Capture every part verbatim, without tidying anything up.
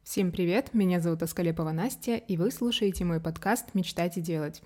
Всем привет, меня зовут Аскалепова Настя, и вы слушаете мой подкаст «Мечтать и делать».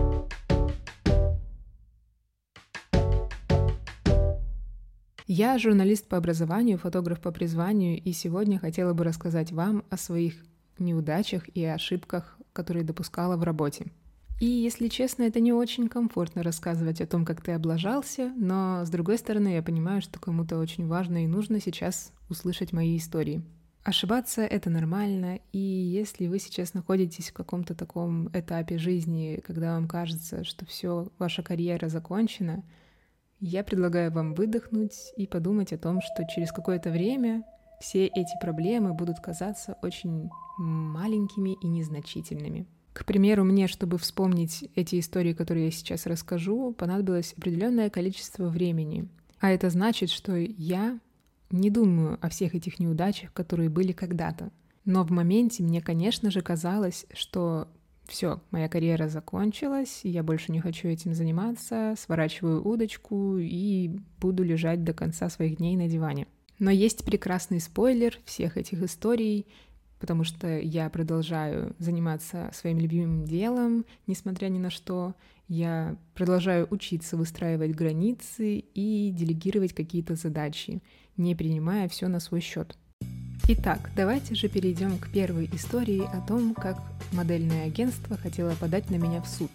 Я журналист по образованию, фотограф по призванию, и сегодня хотела бы рассказать вам о своих неудачах и ошибках, которые допускала в работе. И, если честно, это не очень комфортно рассказывать о том, как ты облажался, но, с другой стороны, я понимаю, что кому-то очень важно и нужно сейчас услышать мои истории. Ошибаться — это нормально, и если вы сейчас находитесь в каком-то таком этапе жизни, когда вам кажется, что все, ваша карьера закончена, я предлагаю вам выдохнуть и подумать о том, что через какое-то время все эти проблемы будут казаться очень маленькими и незначительными. К примеру, мне, чтобы вспомнить эти истории, которые я сейчас расскажу, понадобилось определенное количество времени. А это значит, что я не думаю о всех этих неудачах, которые были когда-то. Но в моменте мне, конечно же, казалось, что все, моя карьера закончилась, я больше не хочу этим заниматься, сворачиваю удочку и буду лежать до конца своих дней на диване. Но есть прекрасный спойлер всех этих историй, потому что я продолжаю заниматься своим любимым делом, несмотря ни на что. Я продолжаю учиться выстраивать границы и делегировать какие-то задачи, не принимая все на свой счет. Итак, давайте же перейдем к первой истории о том, как модельное агентство хотело подать на меня в суд.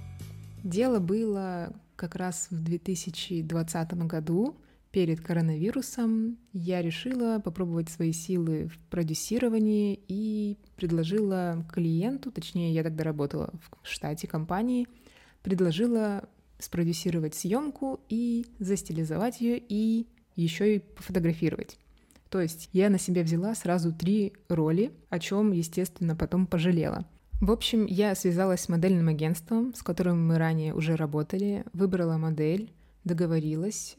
Дело было как раз в две тысячи двадцатом году, перед коронавирусом. Я решила попробовать свои силы в продюсировании и предложила клиенту, точнее, я тогда работала в штате компании, предложила спродюсировать съемку и застилизовать ее, и еще и пофотографировать. То есть я на себя взяла сразу три роли, о чем, естественно, потом пожалела. В общем, я связалась с модельным агентством, с которым мы ранее уже работали, выбрала модель, договорилась,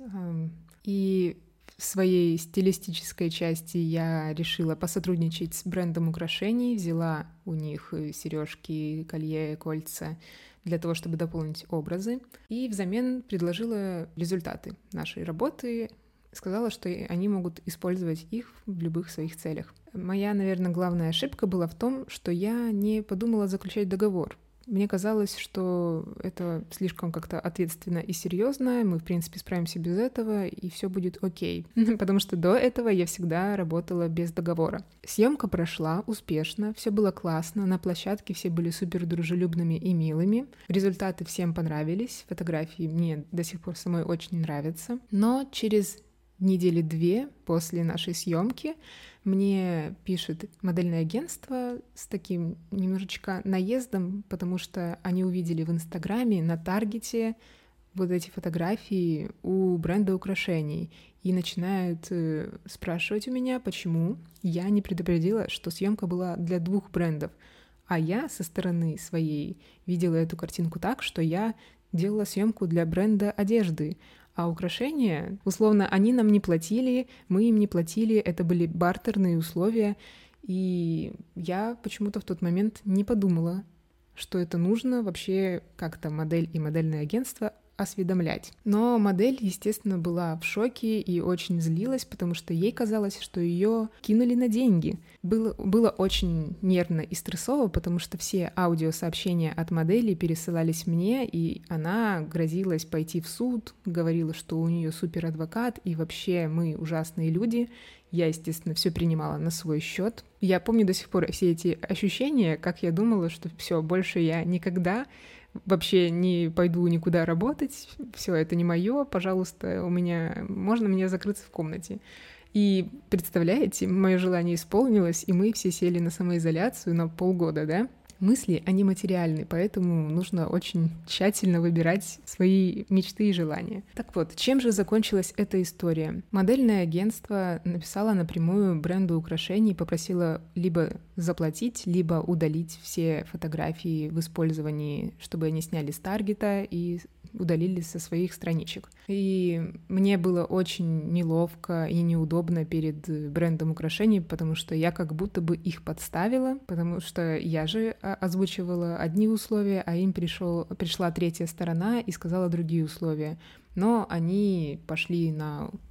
и в своей стилистической части я решила посотрудничать с брендом украшений, взяла у них сережки, колье, кольца для того, чтобы дополнить образы, и взамен предложила результаты нашей работы, сказала, что они могут использовать их в любых своих целях. Моя, наверное, главная ошибка была в том, что я не подумала заключать договор. Мне казалось, что это слишком как-то ответственно и серьезно, мы, в принципе, справимся без этого, и все будет окей. Потому что до этого я всегда работала без договора. Съемка прошла успешно, все было классно, на площадке все были супер дружелюбными и милыми. Результаты всем понравились, фотографии мне до сих пор самой очень нравятся. Но через недели две после нашей съемки мне пишет модельное агентство с таким немножечко наездом, потому что они увидели в Инстаграме на Таргете вот эти фотографии у бренда украшений и начинают спрашивать у меня, почему я не предупредила, что съемка была для двух брендов, а я со стороны своей видела эту картинку так, что я делала съемку для бренда одежды. А украшения, условно, они нам не платили, мы им не платили, это были бартерные условия, и я почему-то в тот момент не подумала, что это нужно вообще как-то модель и модельное агентство осведомлять. Но модель, естественно, была в шоке и очень злилась, потому что ей казалось, что ее кинули на деньги. Было, было очень нервно и стрессово, потому что все аудиосообщения от модели пересылались мне, и она грозилась пойти в суд, говорила, что у нее суперадвокат, и вообще мы ужасные люди. Я, естественно, все принимала на свой счет. Я помню до сих пор все эти ощущения, как я думала, что все, больше я никогда вообще не пойду никуда работать, все это не мое, пожалуйста, у меня можно мне закрыться в комнате. И представляете, мое желание исполнилось, и мы все сели на самоизоляцию на полгода, да? Мысли, они материальны, поэтому нужно очень тщательно выбирать свои мечты и желания. Так вот, чем же закончилась эта история? Модельное агентство написало напрямую бренду украшений, попросило либо заплатить, либо удалить все фотографии в использовании, чтобы они сняли с таргета и удалили со своих страничек. И мне было очень неловко и неудобно перед брендом украшений, потому что я как будто бы их подставила, потому что я же озвучивала одни условия, а им пришел, пришла третья сторона и сказала другие условия. Но они пошли на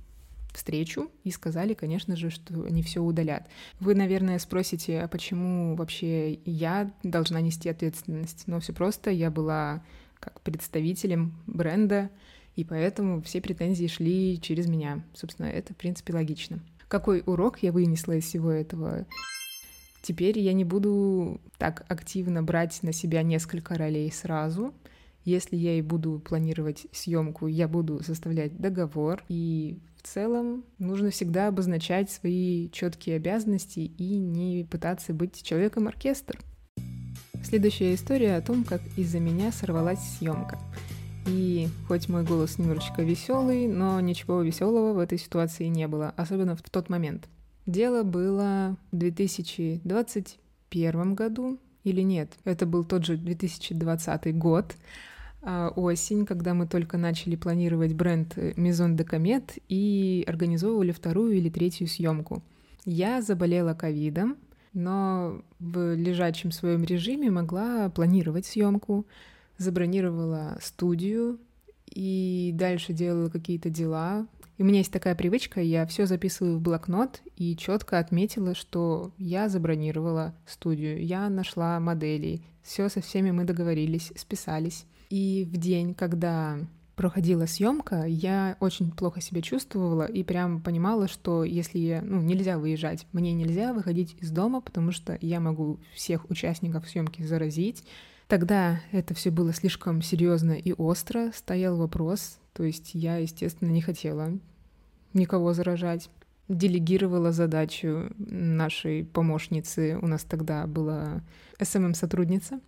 встречу и сказали, конечно же, что они все удалят. Вы, наверное, спросите, а почему вообще я должна нести ответственность? Но все просто, я была как представителем бренда, и поэтому все претензии шли через меня. Собственно, это, в принципе, логично. Какой урок я вынесла из всего этого? Теперь я не буду так активно брать на себя несколько ролей сразу. Если я и буду планировать съемку, я буду составлять договор. И в целом нужно всегда обозначать свои четкие обязанности и не пытаться быть человеком-оркестр. Следующая история о том, как из-за меня сорвалась съемка. И хоть мой голос немножечко веселый, но ничего веселого в этой ситуации не было, особенно в тот момент. Дело было в две тысячи двадцать первом году, или нет, это был тот же две тысячи двадцатый год, осень, когда мы только начали планировать бренд Maison de Comet и организовывали вторую или третью съемку. Я заболела ковидом, но в лежачем своем режиме могла планировать съемку, забронировала студию и дальше делала какие-то дела. И у меня есть такая привычка, я все записываю в блокнот и четко отметила, что я забронировала студию, я нашла моделей, все со всеми мы договорились, списались. И в день, когда проходила съемка, я очень плохо себя чувствовала и прям понимала, что если я, ну, нельзя выезжать, мне нельзя выходить из дома, потому что я могу всех участников съемки заразить. Тогда это все было слишком серьезно и остро, стоял вопрос, то есть я, естественно, не хотела никого заражать. Делегировала задачу нашей помощницы, у нас тогда была эс эм эм-сотрудница,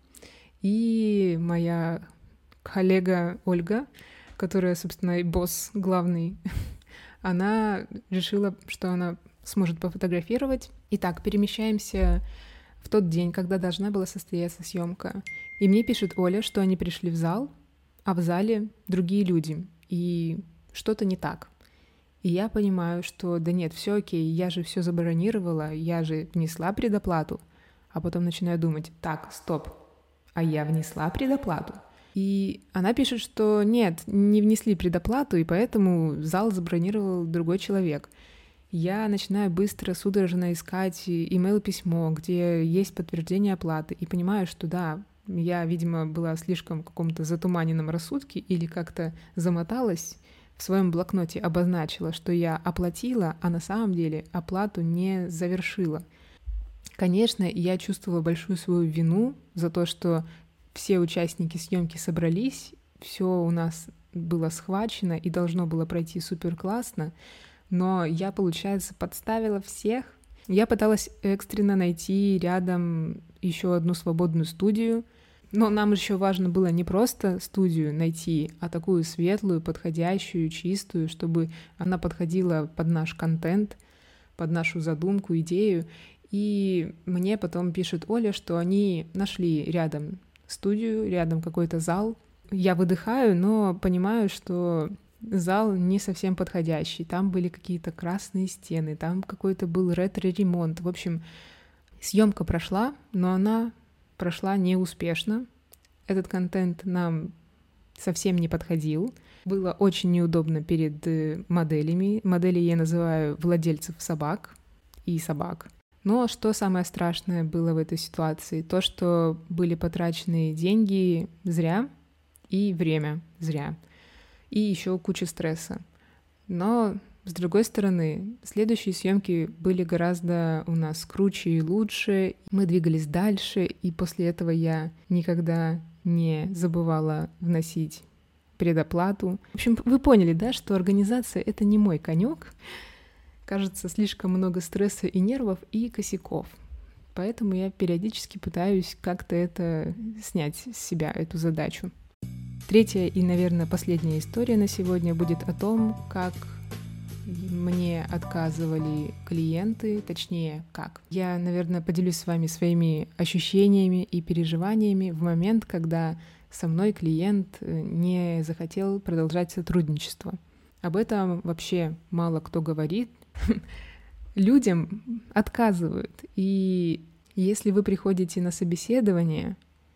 и моя коллега Ольга, которая, собственно, и босс главный, она решила, что она сможет пофотографировать. Итак, перемещаемся в тот день, когда должна была состояться съемка. И мне пишет Оля, что они пришли в зал, а в зале другие люди, и что-то не так. И я понимаю, что да нет, все окей, я же все забронировала, я же внесла предоплату. А потом начинаю думать, так, стоп, а я внесла предоплату? И она пишет, что нет, не внесли предоплату, и поэтому зал забронировал другой человек. Я начинаю быстро, судорожно искать имейл-письмо, где есть подтверждение оплаты, и понимаю, что да, я, видимо, была слишком в каком-то затуманенном рассудке или как-то замоталась, в своем блокноте обозначила, что я оплатила, а на самом деле оплату не завершила. Конечно, я чувствовала большую свою вину за то, что все участники съемки собрались, все у нас было схвачено и должно было пройти супер классно, но я, получается, подставила всех. Я пыталась экстренно найти рядом еще одну свободную студию, но нам еще важно было не просто студию найти, а такую светлую, подходящую, чистую, чтобы она подходила под наш контент, под нашу задумку, идею. И мне потом пишет Оля, что они нашли рядом студию, рядом какой-то зал. Я выдыхаю, но понимаю, что зал не совсем подходящий. Там были какие-то красные стены, там какой-то был ретро-ремонт. В общем, съемка прошла, но она прошла неуспешно. Этот контент нам совсем не подходил. Было очень неудобно перед моделями. Модели я называю владельцев собак и собак. Но что самое страшное было в этой ситуации? То, что были потрачены деньги зря и время зря. И еще куча стресса. Но, с другой стороны, следующие съемки были гораздо у нас круче и лучше. Мы двигались дальше, и после этого я никогда не забывала вносить предоплату. В общем, вы поняли, да, что организация — это не мой конек. Кажется, слишком много стресса и нервов, и косяков. Поэтому я периодически пытаюсь как-то это снять с себя, эту задачу. Третья и, наверное, последняя история на сегодня будет о том, как мне отказывали клиенты, точнее, как. Я, наверное, поделюсь с вами своими ощущениями и переживаниями в момент, когда со мной клиент не захотел продолжать сотрудничество. Об этом вообще мало кто говорит. Людям отказывают. И если вы приходите на собеседование,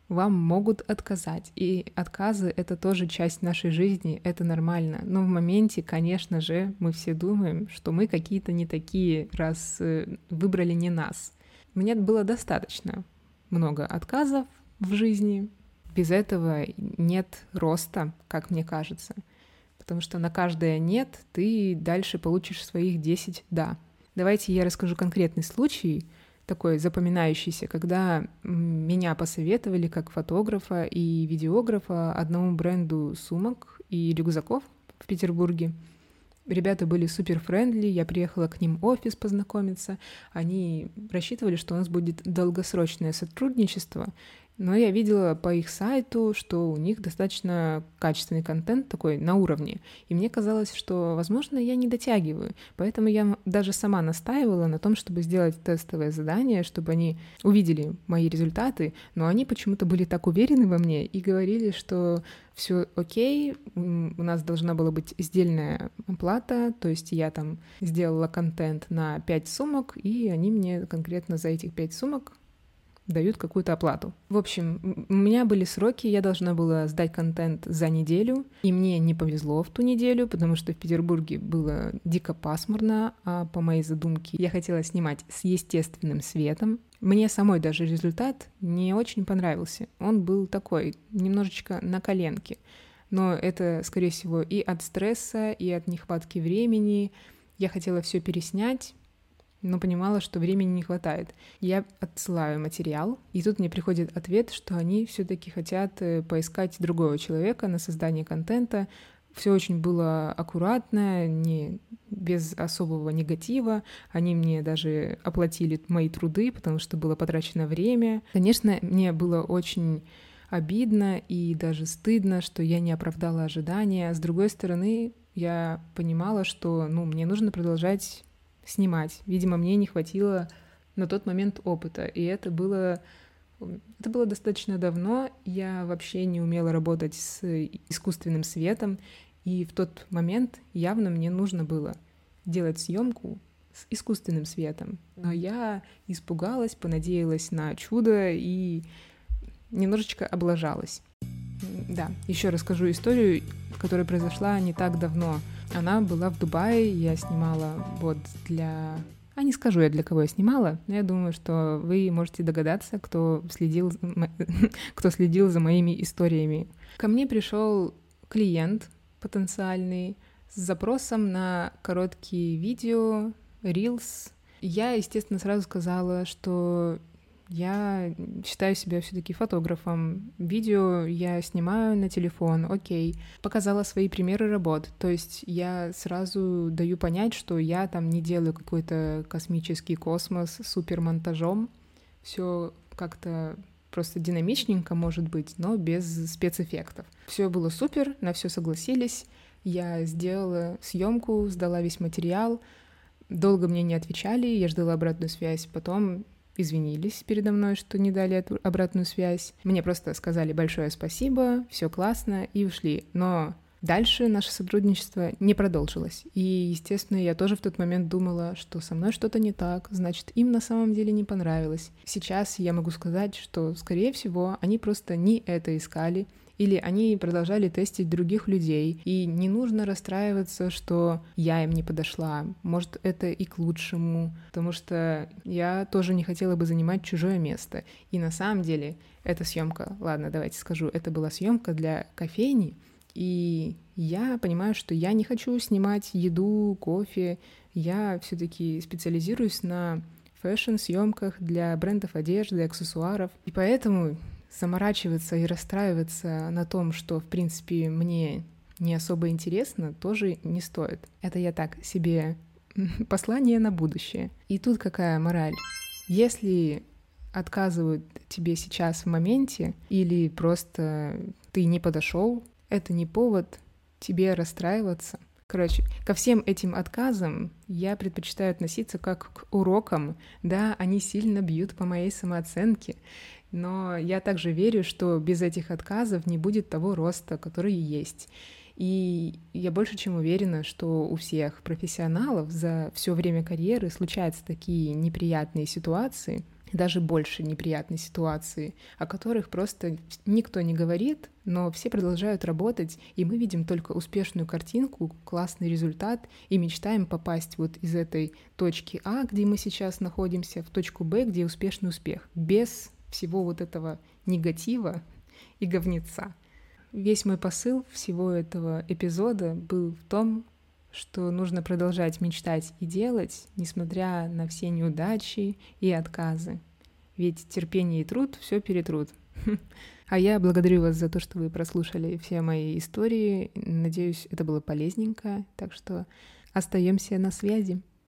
вам могут отказать. И отказы — это тоже часть нашей жизни, это нормально. Но в моменте, конечно же, мы все думаем, что мы какие-то не такие, раз э, выбрали не нас. Мне было достаточно много отказов в жизни. Без этого нет роста, как мне кажется. Потому что на каждое «нет» ты дальше получишь своих десять «да». Давайте я расскажу конкретный случай, такой запоминающийся, когда меня посоветовали как фотографа и видеографа одному бренду сумок и рюкзаков в Петербурге. Ребята были супер френдли, я приехала к ним в офис познакомиться, они рассчитывали, что у нас будет долгосрочное сотрудничество, но я видела по их сайту, что у них достаточно качественный контент такой на уровне, и мне казалось, что, возможно, я не дотягиваю, поэтому я даже сама настаивала на том, чтобы сделать тестовое задание, чтобы они увидели мои результаты, но они почему-то были так уверены во мне и говорили, что все окей, у нас должна была быть сдельная оплата, то есть я там сделала контент на пять сумок, и они мне конкретно за этих пять сумок дают какую-то оплату. В общем, у меня были сроки, я должна была сдать контент за неделю, и мне не повезло в ту неделю, потому что в Петербурге было дико пасмурно, а по моей задумке я хотела снимать с естественным светом. Мне самой даже результат не очень понравился. Он был такой, немножечко на коленке. Но это, скорее всего, и от стресса, и от нехватки времени. Я хотела все переснять, но понимала, что времени не хватает. Я отсылаю материал, и тут мне приходит ответ, что они все-таки хотят поискать другого человека на создание контента. Все очень было аккуратно, не, без особого негатива. Они мне даже оплатили мои труды, потому что было потрачено время. Конечно, мне было очень обидно и даже стыдно, что я не оправдала ожидания. С другой стороны, я понимала, что ну, мне нужно продолжать снимать. Видимо, мне не хватило на тот момент опыта, и это было, это было достаточно давно. Я вообще не умела работать с искусственным светом, и в тот момент явно мне нужно было делать съемку с искусственным светом. Но я испугалась, понадеялась на чудо и немножечко облажалась. Да, еще расскажу историю, которая произошла не так давно. Она была в Дубае, я снимала вот для... А не скажу я, для кого я снимала, но я думаю, что вы можете догадаться, кто следил, кто следил за моими историями. Ко мне пришел клиент потенциальный с запросом на короткие видео, рилс. Я, естественно, сразу сказала, что я считаю себя все-таки фотографом. Видео я снимаю на телефон, окей. Показала свои примеры работ. То есть я сразу даю понять, что я там не делаю какой-то космический космос с супермонтажом. Все как-то просто динамичненько, может быть, но без спецэффектов. Все было супер, на все согласились. Я сделала съемку, сдала весь материал. Долго мне не отвечали, я ждала обратную связь. Потом извинились передо мной, что не дали эту обратную связь. Мне просто сказали большое спасибо, все классно, и ушли. Но дальше наше сотрудничество не продолжилось. И, естественно, я тоже в тот момент думала, что со мной что-то не так, значит, им на самом деле не понравилось. Сейчас я могу сказать, что, скорее всего, они просто не это искали, или они продолжали тестить других людей, и не нужно расстраиваться, что я им не подошла. Может, это и к лучшему, потому что я тоже не хотела бы занимать чужое место. И на самом деле эта съемка, ладно, давайте скажу, это была съемка для кофейни, и я понимаю, что я не хочу снимать еду, кофе, я все-таки специализируюсь на фэшн-съемках для брендов одежды, аксессуаров, и поэтому заморачиваться и расстраиваться на том, что, в принципе, мне не особо интересно, тоже не стоит. Это я так себе послание на будущее. И тут какая мораль? Если отказывают тебе сейчас в моменте или просто ты не подошел, это не повод тебе расстраиваться. Короче, ко всем этим отказам я предпочитаю относиться как к урокам. Да, они сильно бьют по моей самооценке, но я также верю, что без этих отказов не будет того роста, который есть. И я больше чем уверена, что у всех профессионалов за все время карьеры случаются такие неприятные ситуации, даже больше неприятной ситуации, о которых просто никто не говорит, но все продолжают работать, и мы видим только успешную картинку, классный результат, и мечтаем попасть вот из этой точки А, где мы сейчас находимся, в точку Б, где успешный успех, без всего вот этого негатива и говнеца. Весь мой посыл всего этого эпизода был в том, что нужно продолжать мечтать и делать, несмотря на все неудачи и отказы. Ведь терпение и труд все перетрут. А я благодарю вас за то, что вы прослушали все мои истории. Надеюсь, это было полезненько. Так что остаемся на связи.